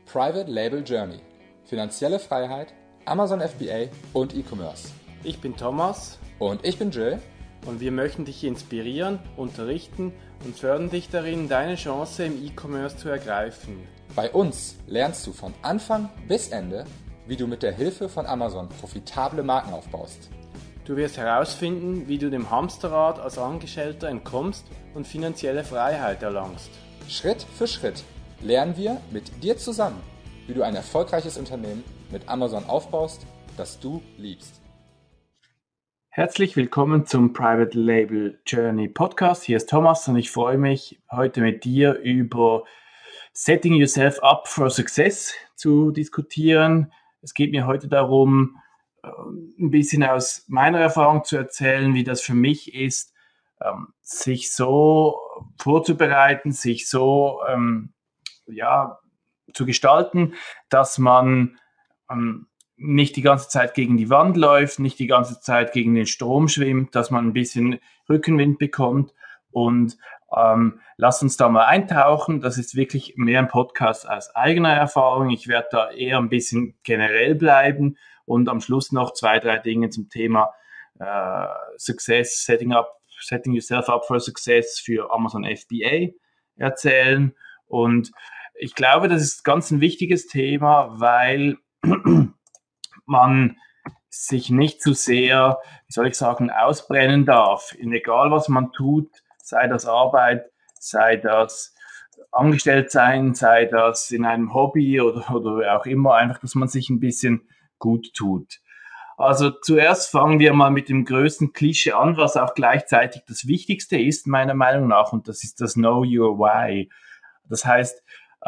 Private Label Journey, finanzielle Freiheit, Amazon FBA und E-Commerce. Ich bin Thomas Und ich bin Jill. und wir möchten dich inspirieren, unterrichten und fördern dich darin, deine Chance im E-Commerce zu ergreifen. Bei uns lernst du von Anfang bis Ende, wie du mit der Hilfe von Amazon profitable Marken aufbaust. Du wirst herausfinden, wie du dem Hamsterrad als Angestellter entkommst und finanzielle Freiheit erlangst. Schritt für Schritt lernen wir mit dir zusammen, wie du ein erfolgreiches Unternehmen mit Amazon aufbaust, das du liebst. Herzlich willkommen zum Private Label Journey Podcast. Hier ist Thomas und ich freue mich, heute mit dir über Setting Yourself Up for Success zu diskutieren. Es geht mir heute darum, ein bisschen aus meiner Erfahrung zu erzählen, wie das für mich ist, sich so vorzubereiten, sich so zu gestalten, dass man nicht die ganze Zeit gegen die Wand läuft, nicht die ganze Zeit gegen den Strom schwimmt, dass man ein bisschen Rückenwind bekommt. Und lasst uns da mal eintauchen. Das ist wirklich mehr ein Podcast aus eigener Erfahrung. Ich werde da eher ein bisschen generell bleiben und am Schluss noch 2, 3 Dinge zum Thema Success, Setting Yourself Up for Success für Amazon FBA erzählen. Und ich glaube, das ist ganz ein wichtiges Thema, weil man sich nicht zu sehr, ausbrennen darf. Egal, was man tut, sei das Arbeit, sei das Angestelltsein, sei das in einem Hobby oder auch immer, einfach, dass man sich ein bisschen gut tut. Also zuerst fangen wir mal mit dem größten Klischee an, was auch gleichzeitig das Wichtigste ist, meiner Meinung nach, und das ist das Know Your Why. Das heißt,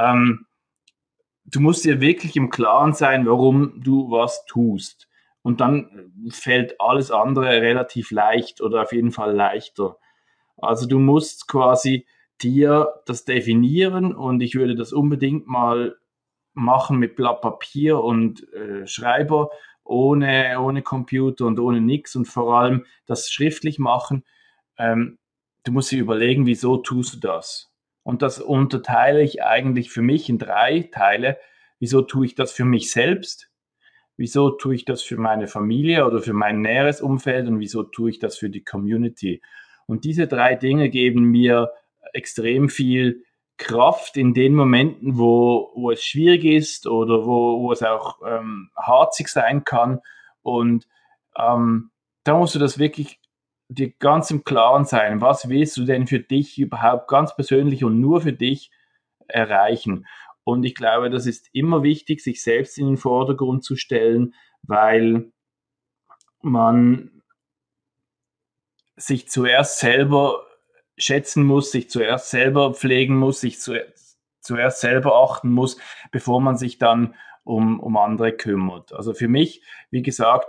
du musst dir wirklich im Klaren sein, warum du was tust. Und dann fällt alles andere relativ leicht oder auf jeden Fall leichter. Also du musst quasi dir das definieren und ich würde das unbedingt mal machen mit Blatt Papier und Schreiber, ohne Computer und ohne nix und vor allem das schriftlich machen. Du musst dir überlegen, wieso tust du das? Und das unterteile ich eigentlich für mich in 3 Teile. Wieso tue ich das für mich selbst? Wieso tue ich das für meine Familie oder für mein näheres Umfeld? Und wieso tue ich das für die Community? Und diese 3 Dinge geben mir extrem viel Kraft in den Momenten, wo es schwierig ist oder wo es auch harzig sein kann. Und da musst du das wirklich dir ganz im Klaren sein. Was willst du denn für dich überhaupt ganz persönlich und nur für dich erreichen? Und ich glaube, das ist immer wichtig, sich selbst in den Vordergrund zu stellen, weil man sich zuerst selber schätzen muss, sich zuerst selber pflegen muss, sich zuerst selber achten muss, bevor man sich dann um andere kümmert. Also für mich, wie gesagt,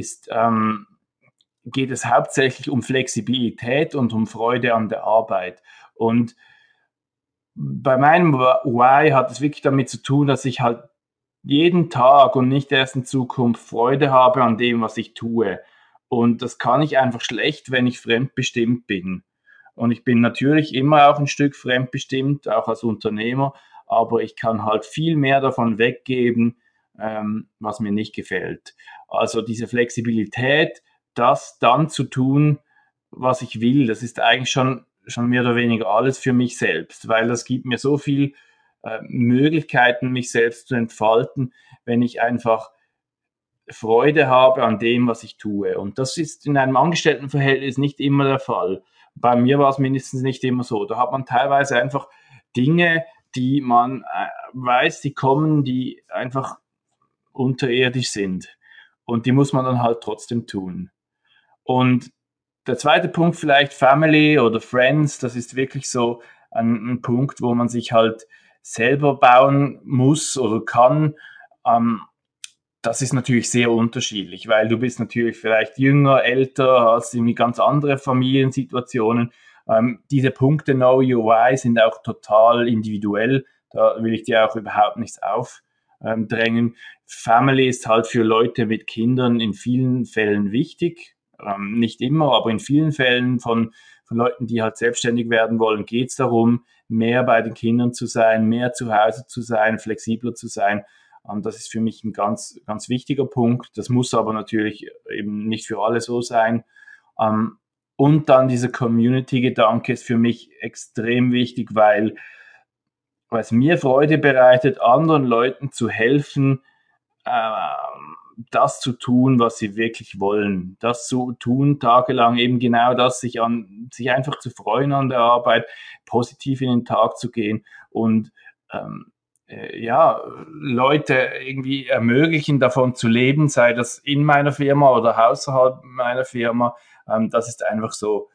geht es hauptsächlich um Flexibilität und um Freude an der Arbeit. Und bei meinem Why hat es wirklich damit zu tun, dass ich halt jeden Tag und nicht erst in Zukunft Freude habe an dem, was ich tue. Und das kann ich einfach schlecht, wenn ich fremdbestimmt bin. Und ich bin natürlich immer auch ein Stück fremdbestimmt, auch als Unternehmer, aber ich kann halt viel mehr davon weggeben, was mir nicht gefällt. Also diese Flexibilität, das dann zu tun, was ich will, das ist eigentlich schon mehr oder weniger alles für mich selbst, weil das gibt mir so viel Möglichkeiten, mich selbst zu entfalten, wenn ich einfach Freude habe an dem, was ich tue. Und das ist in einem Angestelltenverhältnis nicht immer der Fall. Bei mir war es mindestens nicht immer so. Da hat man teilweise einfach Dinge, die man weiß, die kommen, die einfach unterirdisch sind. Und die muss man dann halt trotzdem tun. Und der zweite Punkt vielleicht Family oder Friends, das ist wirklich so ein Punkt, wo man sich halt selber bauen muss oder kann. Das ist natürlich sehr unterschiedlich, weil du bist natürlich vielleicht jünger, älter, hast irgendwie ganz andere Familiensituationen. Diese Punkte Know Your Why sind auch total individuell. Da will ich dir auch überhaupt nichts aufdrängen. Family ist halt für Leute mit Kindern in vielen Fällen wichtig. Nicht immer, aber in vielen Fällen von Leuten, die halt selbstständig werden wollen, geht es darum, mehr bei den Kindern zu sein, mehr zu Hause zu sein, flexibler zu sein. Das ist für mich ein ganz, ganz wichtiger Punkt. Das muss aber natürlich eben nicht für alle so sein. Und dann dieser Community-Gedanke ist für mich extrem wichtig, weil es mir Freude bereitet, anderen Leuten zu helfen, das zu tun, was sie wirklich wollen. Das zu tun, tagelang eben genau das, sich einfach zu freuen an der Arbeit, positiv in den Tag zu gehen und ja, Leute irgendwie ermöglichen, davon zu leben, sei das in meiner Firma oder außerhalb meiner Firma. Das ist einfach so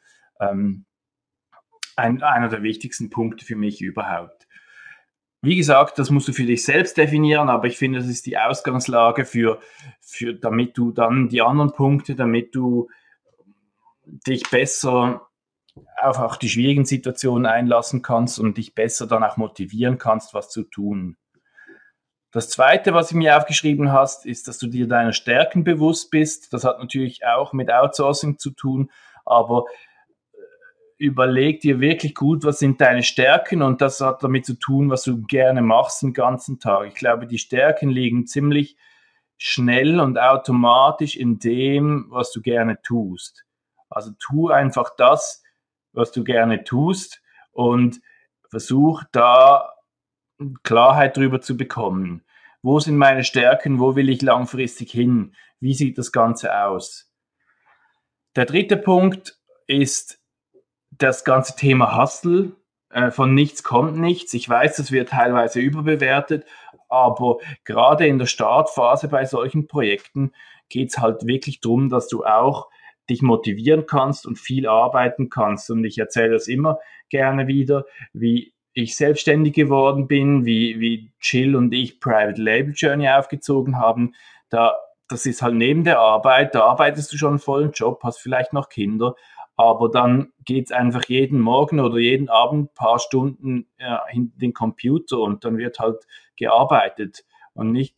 einer der wichtigsten Punkte für mich überhaupt. Wie gesagt, das musst du für dich selbst definieren, aber ich finde, das ist die Ausgangslage damit du dann die anderen Punkte, damit du dich besser auf auch die schwierigen Situationen einlassen kannst und dich besser dann auch motivieren kannst, was zu tun. Das Zweite, was du mir aufgeschrieben hast, ist, dass du dir deiner Stärken bewusst bist. Das hat natürlich auch mit Outsourcing zu tun, aber überleg dir wirklich gut, was sind deine Stärken, und das hat damit zu tun, was du gerne machst den ganzen Tag. Ich glaube, die Stärken liegen ziemlich schnell und automatisch in dem, was du gerne tust. Also tu einfach das, was du gerne tust, und versuch da Klarheit darüber zu bekommen. Wo sind meine Stärken? Wo will ich langfristig hin? Wie sieht das Ganze aus? Der dritte Punkt ist das ganze Thema Hustle. Von nichts kommt nichts. Ich weiß, das wird teilweise überbewertet, aber gerade in der Startphase bei solchen Projekten geht es halt wirklich darum, dass du auch dich motivieren kannst und viel arbeiten kannst. Und ich erzähle das immer gerne wieder, wie ich selbstständig geworden bin, wie Jill und ich Private Label Journey aufgezogen haben. Das ist halt neben der Arbeit, da arbeitest du schon einen vollen Job, hast vielleicht noch Kinder, aber dann geht's einfach jeden Morgen oder jeden Abend ein paar Stunden hinter den Computer, und dann wird halt gearbeitet und nicht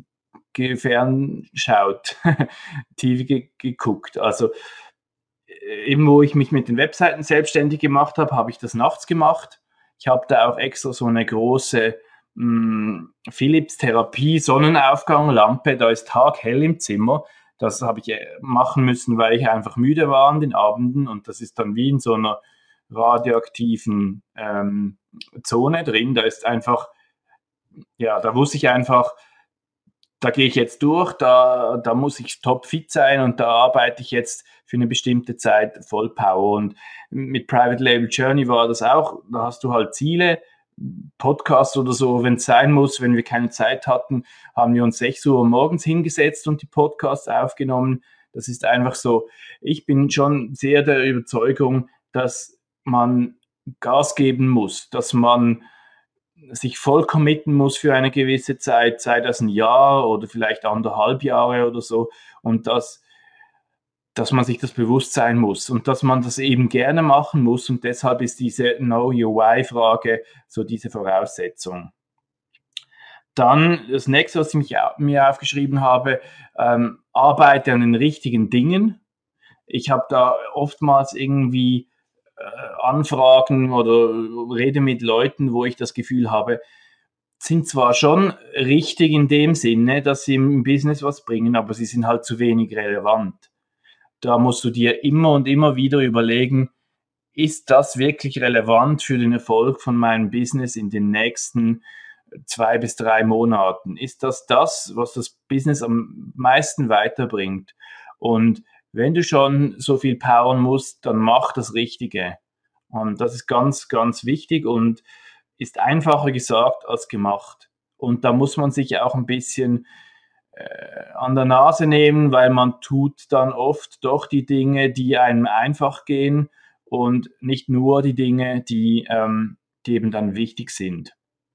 fernschaut, TV geguckt. Also eben, wo ich mich mit den Webseiten selbstständig gemacht habe, habe ich das nachts gemacht. Ich habe da auch extra so eine große Philips Therapie Sonnenaufgang-Lampe, da ist taghell im Zimmer. Das habe ich machen müssen, weil ich einfach müde war an den Abenden, und das ist dann wie in so einer radioaktiven Zone drin. Da ist einfach, ja, da wusste ich einfach, da gehe ich jetzt durch, da muss ich topfit sein, und da arbeite ich jetzt für eine bestimmte Zeit voll Power. Und mit Private Label Journey war das auch, da hast du halt Ziele, Podcast oder so, wenn es sein muss. Wenn wir keine Zeit hatten, haben wir uns 6 Uhr morgens hingesetzt und die Podcasts aufgenommen. Das ist einfach so. Ich bin schon sehr der Überzeugung, dass man Gas geben muss, dass man sich voll committen muss für eine gewisse Zeit, sei das ein Jahr oder vielleicht 1,5 Jahre oder so, und dass man sich das bewusst sein muss und dass man das eben gerne machen muss, und deshalb ist diese Know Your Why-Frage so diese Voraussetzung. Dann das nächste, was ich mir aufgeschrieben habe, arbeite an den richtigen Dingen. Ich habe da oftmals irgendwie Anfragen oder rede mit Leuten, wo ich das Gefühl habe, sind zwar schon richtig in dem Sinne, dass sie im Business was bringen, aber sie sind halt zu wenig relevant. Da musst du dir immer und immer wieder überlegen, ist das wirklich relevant für den Erfolg von meinem Business in den nächsten 2 bis 3 Monaten? Ist das, was das Business am meisten weiterbringt? Und wenn du schon so viel powern musst, dann mach das Richtige. Und das ist ganz, ganz wichtig und ist einfacher gesagt als gemacht. Und da muss man sich auch ein bisschen an der Nase nehmen, weil man tut dann oft doch die Dinge, die einem einfach gehen, und nicht nur die Dinge, die eben dann wichtig sind.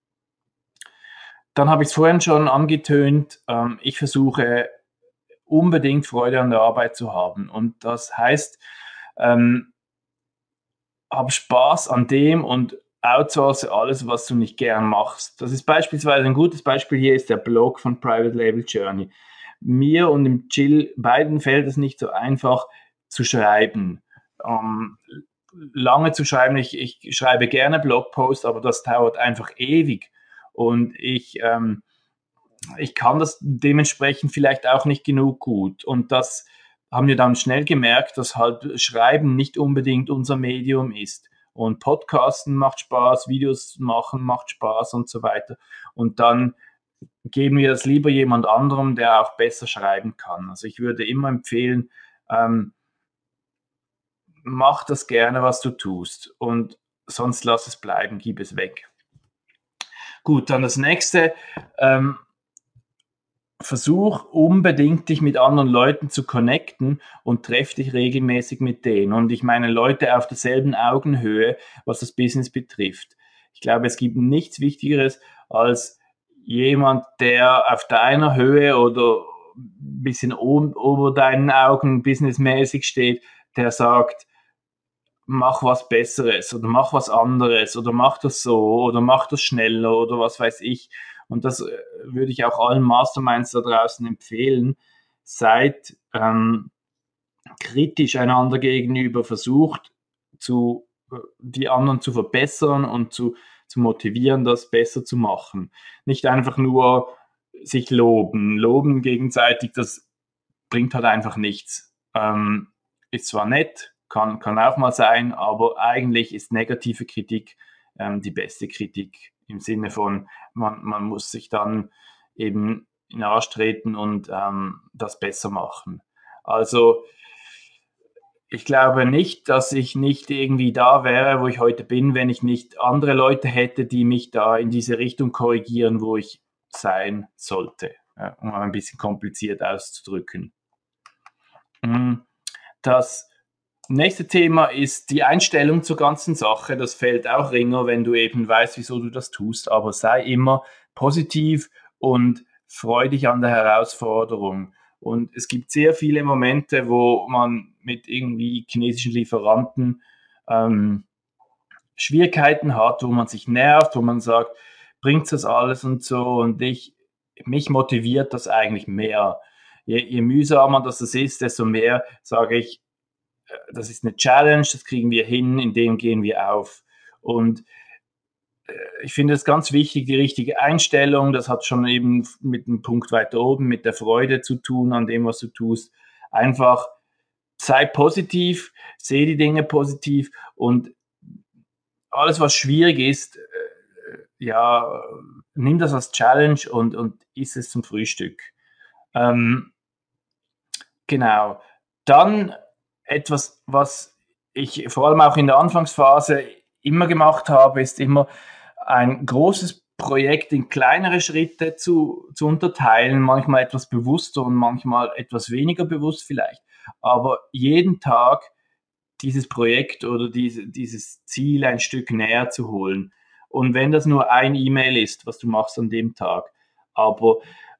Dann habe ich es vorhin schon angetönt, ich versuche unbedingt Freude an der Arbeit zu haben. Und das heißt, hab Spaß an dem und outsource alles, was du nicht gern machst. Das ist beispielsweise ein gutes Beispiel hier ist der Blog von Private Label Journey. Mir und dem Jill beiden fällt es nicht so einfach zu schreiben. lange zu schreiben. Ich schreibe gerne Blogposts, aber das dauert einfach ewig. Und ich kann das dementsprechend vielleicht auch nicht genug gut. Und das haben wir dann schnell gemerkt, dass halt Schreiben nicht unbedingt unser Medium ist. Und Podcasten macht Spaß, Videos machen macht Spaß und so weiter. Und dann geben wir das lieber jemand anderem, der auch besser schreiben kann. Also ich würde immer empfehlen, mach das gerne, was du tust. Und sonst lass es bleiben, gib es weg. Gut, dann das nächste. Versuch unbedingt, dich mit anderen Leuten zu connecten und treff dich regelmäßig mit denen. Und ich meine Leute auf derselben Augenhöhe, was das Business betrifft. Ich glaube, es gibt nichts Wichtigeres als jemand, der auf deiner Höhe oder ein bisschen ober deinen Augen businessmäßig steht, der sagt, mach was Besseres oder mach was anderes oder mach das so oder mach das schneller oder was weiß ich. Und das würde ich auch allen Masterminds da draußen empfehlen. Seid kritisch einander gegenüber, versucht die anderen zu verbessern und zu motivieren, das besser zu machen. Nicht einfach nur sich loben. Loben gegenseitig, das bringt halt einfach nichts. Ist zwar nett, kann auch mal sein, aber eigentlich ist negative Kritik die beste Kritik im Sinne von, man muss sich dann eben in den Arsch treten und das besser machen. Also ich glaube nicht, dass ich nicht irgendwie da wäre, wo ich heute bin, wenn ich nicht andere Leute hätte, die mich da in diese Richtung korrigieren, wo ich sein sollte, um ein bisschen kompliziert auszudrücken. Das nächste Thema ist die Einstellung zur ganzen Sache. Das fällt auch Ringer, wenn du eben weißt, wieso du das tust, aber sei immer positiv und freu dich an der Herausforderung. Und es gibt sehr viele Momente, wo man mit irgendwie chinesischen Lieferanten Schwierigkeiten hat, wo man sich nervt, wo man sagt, bringt das alles und so. Und mich motiviert das eigentlich mehr. Je mühsamer das ist, desto mehr sage ich, das ist eine Challenge, das kriegen wir hin, in dem gehen wir auf. Und ich finde es ganz wichtig, die richtige Einstellung, das hat schon eben mit dem Punkt weiter oben, mit der Freude zu tun an dem, was du tust. Einfach sei positiv, sehe die Dinge positiv und alles, was schwierig ist, ja, nimm das als Challenge und iss es zum Frühstück. Genau. Dann etwas, was ich vor allem auch in der Anfangsphase immer gemacht habe, ist immer ein großes Projekt in kleinere Schritte zu unterteilen, manchmal etwas bewusster und manchmal etwas weniger bewusst vielleicht, aber jeden Tag dieses Projekt oder dieses Ziel ein Stück näher zu holen. Und wenn das nur ein E-Mail ist, was du machst an dem Tag, aber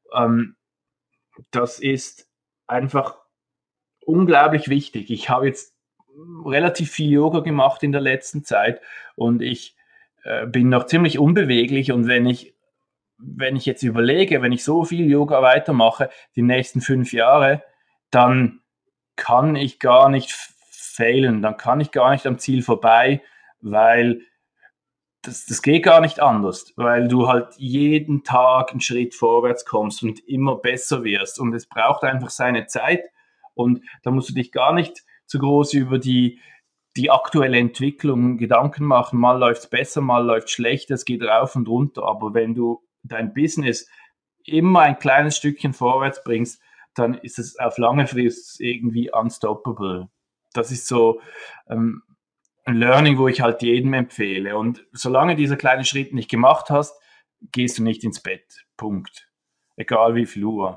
das ist einfach unglaublich wichtig. Ich habe jetzt relativ viel Yoga gemacht in der letzten Zeit und ich bin noch ziemlich unbeweglich und wenn ich jetzt überlege, wenn ich so viel Yoga weitermache, die nächsten 5 Jahre, dann kann ich gar nicht failen, dann kann ich gar nicht am Ziel vorbei, weil das geht gar nicht anders, weil du halt jeden Tag einen Schritt vorwärts kommst und immer besser wirst. Und es braucht einfach seine Zeit. Und da musst du dich gar nicht zu groß über die aktuelle Entwicklung Gedanken machen. Mal läuft es besser, mal läuft es schlechter, es geht rauf und runter. Aber wenn du dein Business immer ein kleines Stückchen vorwärts bringst, dann ist es auf lange Frist irgendwie unstoppable. Das ist so ein Learning, wo ich halt jedem empfehle. Und solange dieser kleine Schritt nicht gemacht hast, gehst du nicht ins Bett. Punkt. Egal wie viel Uhr.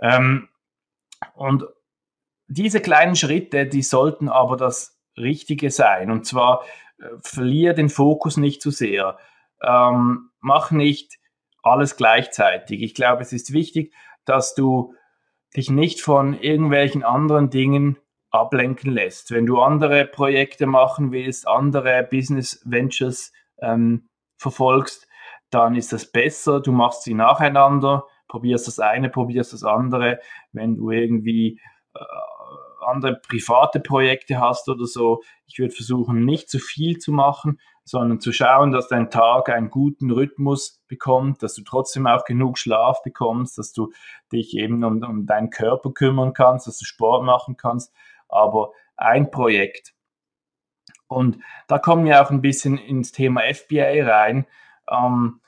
Und diese kleinen Schritte, die sollten aber das Richtige sein. Und zwar verlier den Fokus nicht zu sehr. Mach nicht alles gleichzeitig. Ich glaube, es ist wichtig, dass du dich nicht von irgendwelchen anderen Dingen ablenken lässt. Wenn du andere Projekte machen willst, andere Business Ventures verfolgst, dann ist das besser. Du machst sie nacheinander, probierst das eine, probierst das andere. Wenn du irgendwie andere private Projekte hast oder so, ich würde versuchen, nicht zu viel zu machen, sondern zu schauen, dass dein Tag einen guten Rhythmus bekommt, dass du trotzdem auch genug Schlaf bekommst, dass du dich eben um deinen Körper kümmern kannst, dass du Sport machen kannst, aber ein Projekt. Und da kommen wir auch ein bisschen ins Thema FBA rein. Ähm,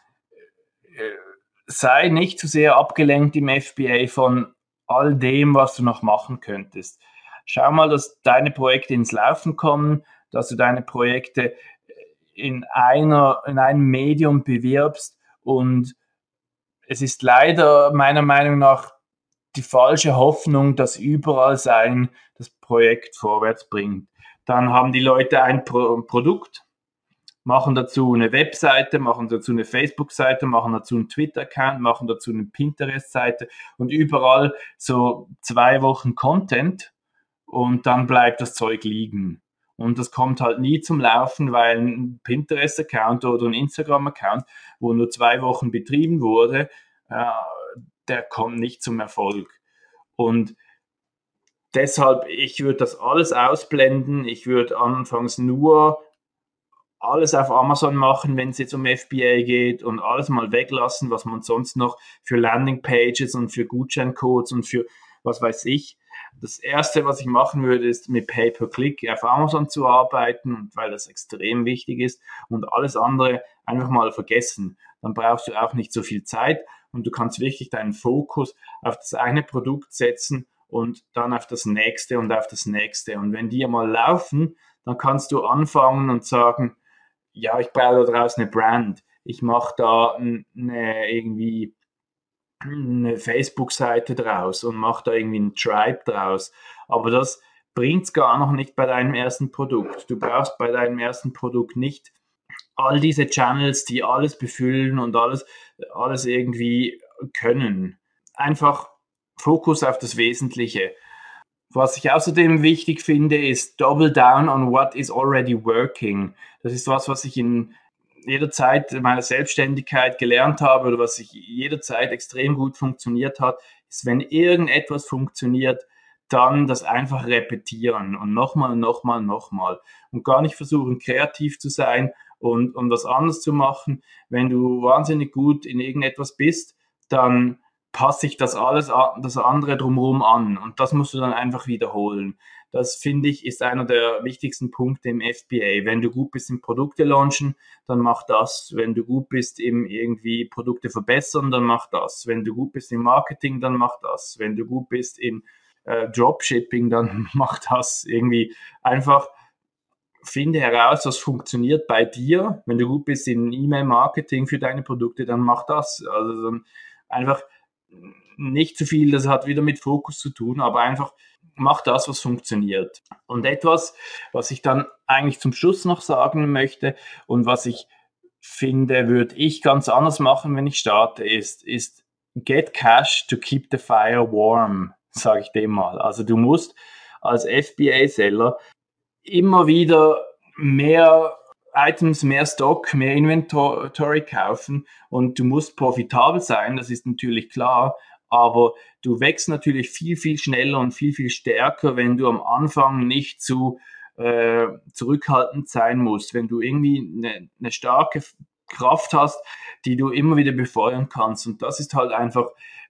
Sei nicht zu sehr abgelenkt im FBA von all dem, was du noch machen könntest. Schau mal, dass deine Projekte ins Laufen kommen, dass du deine Projekte in einem Medium bewirbst, und es ist leider meiner Meinung nach die falsche Hoffnung, dass überall sein das Projekt vorwärts bringt. Dann haben die Leute ein Produkt, machen dazu eine Webseite, machen dazu eine Facebook-Seite, machen dazu einen Twitter-Account, machen dazu eine Pinterest-Seite und überall so 2 Wochen Content, und dann bleibt das Zeug liegen. Und das kommt halt nie zum Laufen, weil ein Pinterest-Account oder ein Instagram-Account, wo nur 2 Wochen betrieben wurde, der kommt nicht zum Erfolg. Und deshalb, ich würde das alles ausblenden. Ich würde anfangs nur alles auf Amazon machen, wenn es jetzt um FBA geht, und alles mal weglassen, was man sonst noch für Landingpages und für Gutscheincodes und für was weiß ich. Das Erste, was ich machen würde, ist mit Pay-per-Click auf Amazon zu arbeiten, weil das extrem wichtig ist, und alles andere einfach mal vergessen. Dann brauchst du auch nicht so viel Zeit und du kannst wirklich deinen Fokus auf das eine Produkt setzen und dann auf das nächste und auf das nächste. Und wenn die mal laufen, dann kannst du anfangen und sagen, ja, ich baue da draus eine Brand. Ich mache da irgendwie eine Facebook-Seite draus und mache da irgendwie einen Tribe draus. Aber das bringt es gar noch nicht bei deinem ersten Produkt. Du brauchst bei deinem ersten Produkt nicht all diese Channels, die alles befüllen und alles irgendwie können. Einfach Fokus auf das Wesentliche. Was ich außerdem wichtig finde, ist Double Down on what is already working. Das ist was ich in jeder Zeit meiner Selbstständigkeit gelernt habe, oder was ich jederzeit extrem gut funktioniert hat, ist, wenn irgendetwas funktioniert, dann das einfach repetieren und nochmal, nochmal, nochmal, und gar nicht versuchen, kreativ zu sein und was anderes zu machen. Wenn du wahnsinnig gut in irgendetwas bist, dann passt sich das andere drumherum an, und das musst du dann einfach wiederholen. Das, finde ich, ist einer der wichtigsten Punkte im FBA. Wenn du gut bist im Produkte launchen, dann mach das. Wenn du gut bist im irgendwie Produkte verbessern, dann mach das. Wenn du gut bist im Marketing, dann mach das. Wenn du gut bist im Dropshipping, dann mach das. Irgendwie einfach finde heraus, was funktioniert bei dir. Wenn du gut bist in E-Mail-Marketing für deine Produkte, dann mach das. Also dann einfach nicht zu viel, das hat wieder mit Fokus zu tun, aber einfach mach das, was funktioniert. Und etwas, was ich dann eigentlich zum Schluss noch sagen möchte und was ich finde, würde ich ganz anders machen, wenn ich starte, ist get cash to keep the fire warm, sage ich dem mal. Also du musst als FBA-Seller immer wieder mehr Items, mehr Stock, mehr Inventory kaufen, und du musst profitabel sein, das ist natürlich klar, aber du wächst natürlich viel, viel schneller und viel, viel stärker, wenn du am Anfang nicht zu zurückhaltend sein musst, wenn du irgendwie eine starke Kraft hast, die du immer wieder befeuern kannst, und das ist halt einfach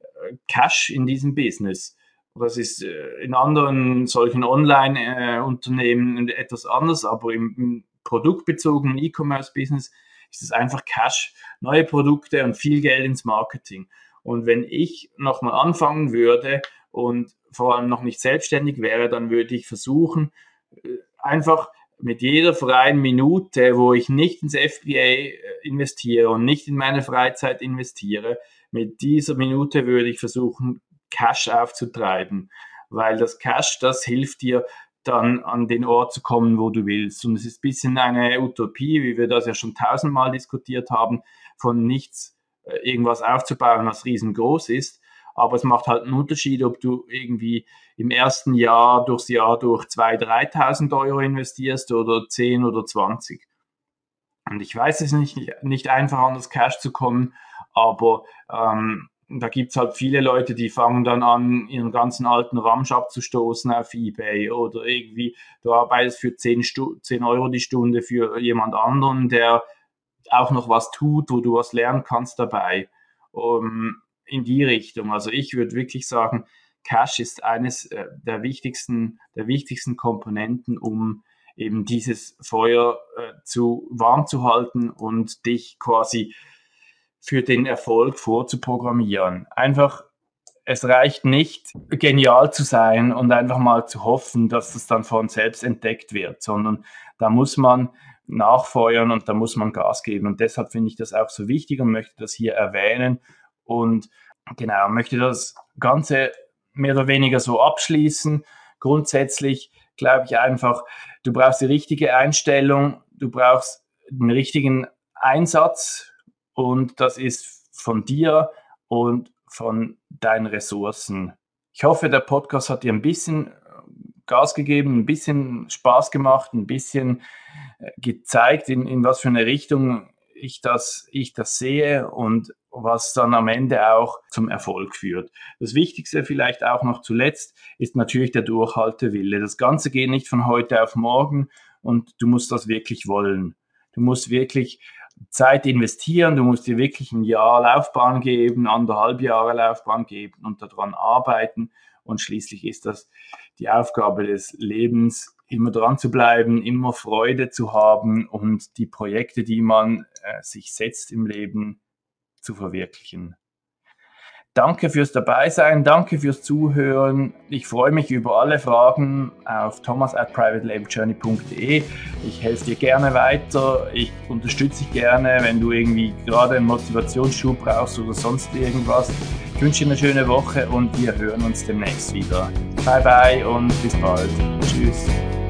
Cash in diesem Business. Das ist in anderen solchen Online-Unternehmen etwas anders, aber im produktbezogenen E-Commerce-Business ist es einfach Cash, neue Produkte und viel Geld ins Marketing. Und wenn ich nochmal anfangen würde und vor allem noch nicht selbstständig wäre, dann würde ich versuchen, einfach mit jeder freien Minute, wo ich nicht ins FBA investiere und nicht in meine Freizeit investiere, mit dieser Minute würde ich versuchen, Cash aufzutreiben, weil das Cash, das hilft dir dann an den Ort zu kommen, wo du willst. Und es ist ein bisschen eine Utopie, wie wir das ja schon 1000-mal diskutiert haben, von nichts irgendwas aufzubauen, was riesengroß ist. Aber es macht halt einen Unterschied, ob du irgendwie im ersten Jahr durchs Jahr durch 2.000, 3.000 Euro investierst oder 10 oder 20. Und ich weiß, es ist nicht einfach an das Cash zu kommen, aber da gibt es halt viele Leute, die fangen dann an, ihren ganzen alten Ramsch abzustoßen auf eBay oder irgendwie, du arbeitest für 10 Euro die Stunde für jemand anderen, der auch noch was tut, wo du was lernen kannst dabei, in die Richtung. Also ich würde wirklich sagen, Cash ist eines der wichtigsten Komponenten, um eben dieses Feuer warm zu halten und dich quasi für den Erfolg vorzuprogrammieren. Einfach, es reicht nicht, genial zu sein und einfach mal zu hoffen, dass das dann von selbst entdeckt wird, sondern da muss man nachfeuern und da muss man Gas geben. Und deshalb finde ich das auch so wichtig und möchte das hier erwähnen und genau, möchte das Ganze mehr oder weniger so abschließen. Grundsätzlich glaube ich einfach, du brauchst die richtige Einstellung, du brauchst den richtigen Einsatz, und das ist von dir und von deinen Ressourcen. Ich hoffe, der Podcast hat dir ein bisschen Gas gegeben, ein bisschen Spaß gemacht, ein bisschen gezeigt, in was für eine Richtung ich das sehe und was dann am Ende auch zum Erfolg führt. Das Wichtigste vielleicht auch noch zuletzt ist natürlich der Durchhaltewille. Das Ganze geht nicht von heute auf morgen und du musst das wirklich wollen. Du musst wirklich Zeit investieren, du musst dir wirklich ein Jahr Laufbahn geben, 1,5 Jahre Laufbahn geben und daran arbeiten. Und schließlich ist das die Aufgabe des Lebens, immer dran zu bleiben, immer Freude zu haben und die Projekte, die man sich setzt im Leben, zu verwirklichen. Danke fürs Dabeisein, danke fürs Zuhören. Ich freue mich über alle Fragen auf thomas@privatelabeljourney.de. Ich helfe dir gerne weiter, ich unterstütze dich gerne, wenn du irgendwie gerade einen Motivationsschub brauchst oder sonst irgendwas. Ich wünsche dir eine schöne Woche und wir hören uns demnächst wieder. Bye bye und bis bald. Tschüss.